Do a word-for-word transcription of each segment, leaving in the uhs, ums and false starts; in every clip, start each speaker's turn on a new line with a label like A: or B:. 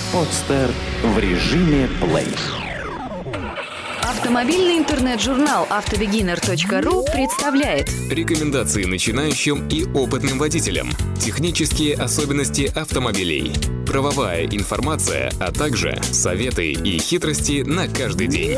A: Подстер в режиме плей.
B: Автомобильный интернет-журнал автобегинер точка ру представляет
C: рекомендации начинающим и опытным водителям, технические особенности автомобилей, правовая информация, а также советы и хитрости на каждый день.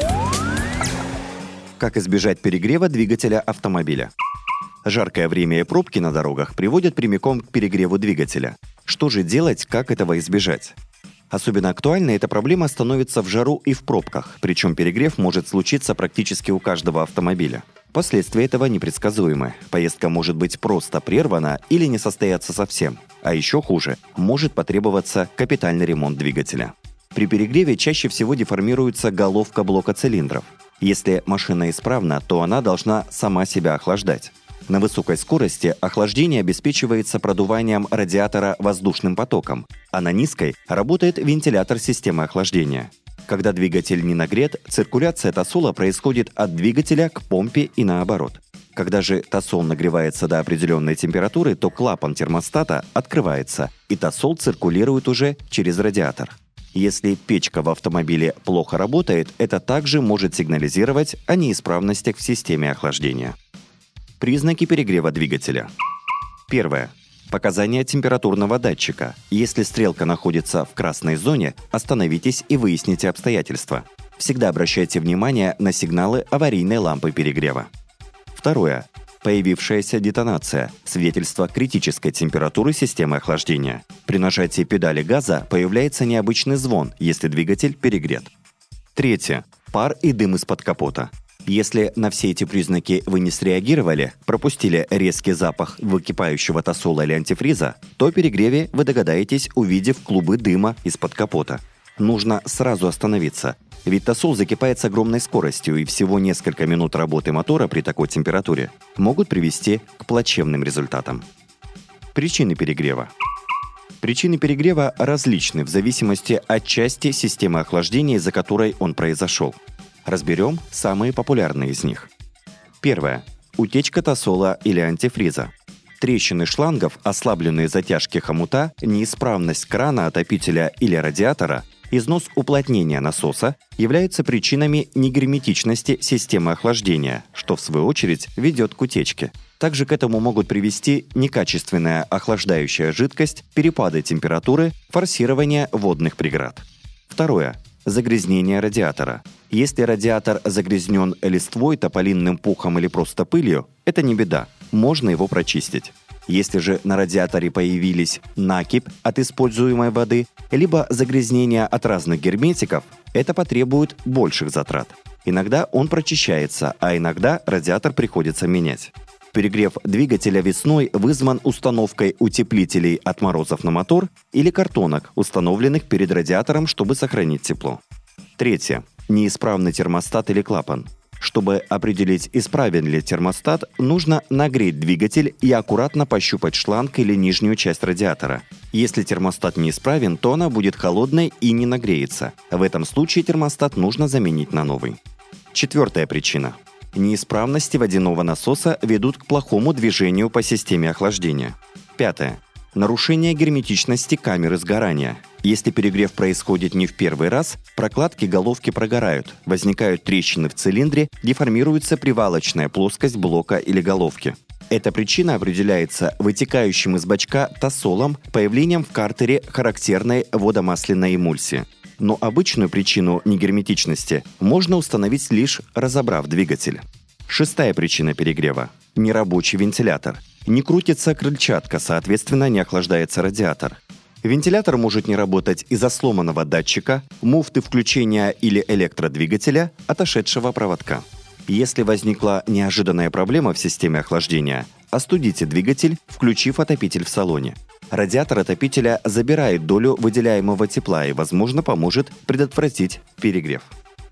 D: Как избежать перегрева двигателя автомобиля? Жаркое время и пробки на дорогах приводят прямиком к перегреву двигателя. Что же делать, как этого избежать? Особенно актуальной эта проблема становится в жару и в пробках, причем перегрев может случиться практически у каждого автомобиля. Последствия этого непредсказуемы. Поездка может быть просто прервана или не состояться совсем. А еще хуже, может потребоваться капитальный ремонт двигателя. При перегреве чаще всего деформируется головка блока цилиндров. Если машина исправна, то она должна сама себя охлаждать. На высокой скорости охлаждение обеспечивается продуванием радиатора воздушным потоком, а на низкой работает вентилятор системы охлаждения. Когда двигатель не нагрет, циркуляция тосола происходит от двигателя к помпе и наоборот. Когда же тосол нагревается до определенной температуры, то клапан термостата открывается, и тосол циркулирует уже через радиатор. Если печка в автомобиле плохо работает, это также может сигнализировать о неисправностях в системе охлаждения. Признаки перегрева двигателя. Первое. Показания температурного датчика. Если стрелка находится в красной зоне, остановитесь и выясните обстоятельства. Всегда обращайте внимание на сигналы аварийной лампы перегрева. Второе. Появившаяся детонация. Свидетельство критической температуры системы охлаждения. При нажатии педали газа появляется необычный звон, если двигатель перегрет. Третье. Пар и дым из-под капота. Если на все эти признаки вы не среагировали, пропустили резкий запах выкипающего тосола или антифриза, то о перегреве вы догадаетесь, увидев клубы дыма из-под капота. Нужно сразу остановиться, ведь тосол закипает с огромной скоростью, и всего несколько минут работы мотора при такой температуре могут привести к плачевным результатам. Причины перегрева. Причины перегрева различны в зависимости от части системы охлаждения, из-за которой он произошел. Разберем самые популярные из них. Первое. Утечка тосола или антифриза. Трещины шлангов, ослабленные затяжки хомута, неисправность крана, отопителя или радиатора, износ уплотнения насоса являются причинами негерметичности системы охлаждения, что в свою очередь ведет к утечке. Также к этому могут привести некачественная охлаждающая жидкость, перепады температуры, форсирование водных преград. Второе. Загрязнение радиатора. Если радиатор загрязнен листвой, тополинным пухом или просто пылью, это не беда, можно его прочистить. Если же на радиаторе появились накипь от используемой воды, либо загрязнения от разных герметиков, это потребует больших затрат. Иногда он прочищается, а иногда радиатор приходится менять. Перегрев двигателя весной вызван установкой утеплителей от морозов на мотор или картонок, установленных перед радиатором, чтобы сохранить тепло. Третье. Неисправный термостат или клапан. Чтобы определить, исправен ли термостат, нужно нагреть двигатель и аккуратно пощупать шланг или нижнюю часть радиатора. Если термостат неисправен, то она будет холодной и не нагреется. В этом случае термостат нужно заменить на новый. Четвертая причина. Неисправности водяного насоса ведут к плохому движению по системе охлаждения. Пятое. Нарушение герметичности камеры сгорания. Если перегрев происходит не в первый раз, прокладки головки прогорают, возникают трещины в цилиндре, деформируется привалочная плоскость блока или головки. Эта причина определяется вытекающим из бачка тосолом, появлением в картере характерной водомасляной эмульсии. Но обычную причину негерметичности можно установить лишь разобрав двигатель. Шестая причина перегрева – нерабочий вентилятор. Не крутится крыльчатка, соответственно, не охлаждается радиатор. Вентилятор может не работать из-за сломанного датчика, муфты включения или электродвигателя, отошедшего проводка. Если возникла неожиданная проблема в системе охлаждения, остудите двигатель, включив отопитель в салоне. Радиатор отопителя забирает долю выделяемого тепла и, возможно, поможет предотвратить перегрев.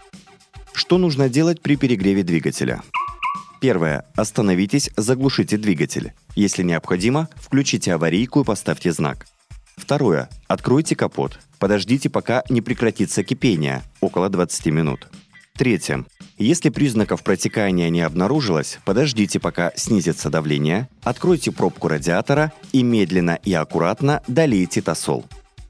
D: Что нужно делать при перегреве двигателя? Первое. Остановитесь, заглушите двигатель. Если необходимо, включите аварийку и поставьте знак. Второе. Откройте капот. Подождите, пока не прекратится кипение, около двадцати минут. Третье. Если признаков протекания не обнаружилось, подождите, пока снизится давление, откройте пробку радиатора и медленно и аккуратно долейте тосол.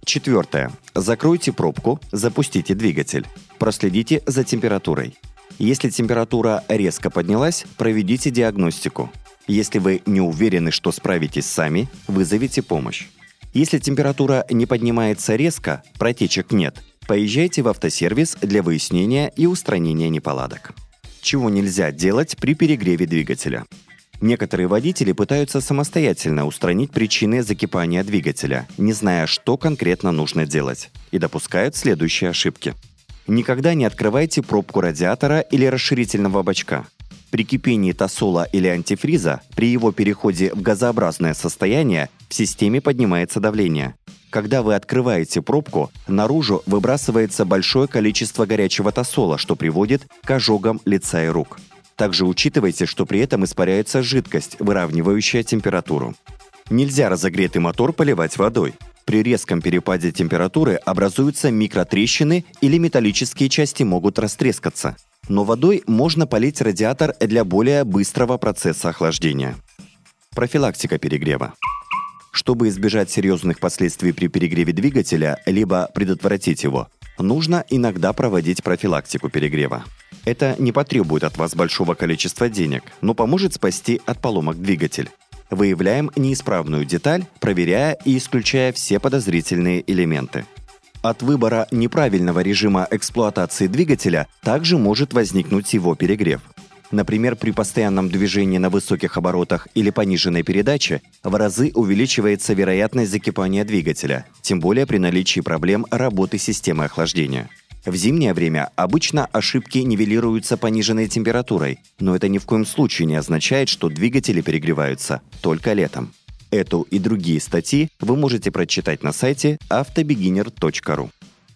D: Четвертое. Закройте пробку, запустите двигатель. Проследите за температурой. Если температура резко поднялась, проведите диагностику. Если вы не уверены, что справитесь сами, вызовите помощь. Если температура не поднимается резко, протечек нет, поезжайте в автосервис для выяснения и устранения неполадок. Чего нельзя делать при перегреве двигателя? Некоторые водители пытаются самостоятельно устранить причины закипания двигателя, не зная, что конкретно нужно делать, и допускают следующие ошибки. Никогда не открывайте пробку радиатора или расширительного бачка. При кипении тосола или антифриза, при его переходе в газообразное состояние, в системе поднимается давление. Когда вы открываете пробку, наружу выбрасывается большое количество горячего тосола, что приводит к ожогам лица и рук. Также учитывайте, что при этом испаряется жидкость, выравнивающая температуру. Нельзя разогретый мотор поливать водой. При резком перепаде температуры образуются микротрещины или металлические части могут растрескаться. Но водой можно полить радиатор для более быстрого процесса охлаждения. Профилактика перегрева. Чтобы избежать серьезных последствий при перегреве двигателя, либо предотвратить его, нужно иногда проводить профилактику перегрева. Это не потребует от вас большого количества денег, но поможет спасти от поломок двигатель. Выявляем неисправную деталь, проверяя и исключая все подозрительные элементы. От выбора неправильного режима эксплуатации двигателя также может возникнуть его перегрев. Например, при постоянном движении на высоких оборотах или пониженной передаче в разы увеличивается вероятность закипания двигателя, тем более при наличии проблем работы системы охлаждения. В зимнее время обычно ошибки нивелируются пониженной температурой, но это ни в коем случае не означает, что двигатели перегреваются только летом. Эту и другие статьи вы можете прочитать на сайте автобегинер точка ру.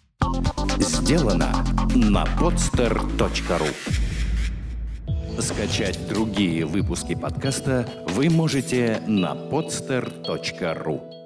A: Сделано на подстер точка ру. Скачать другие выпуски подкаста вы можете на подстер точка ру.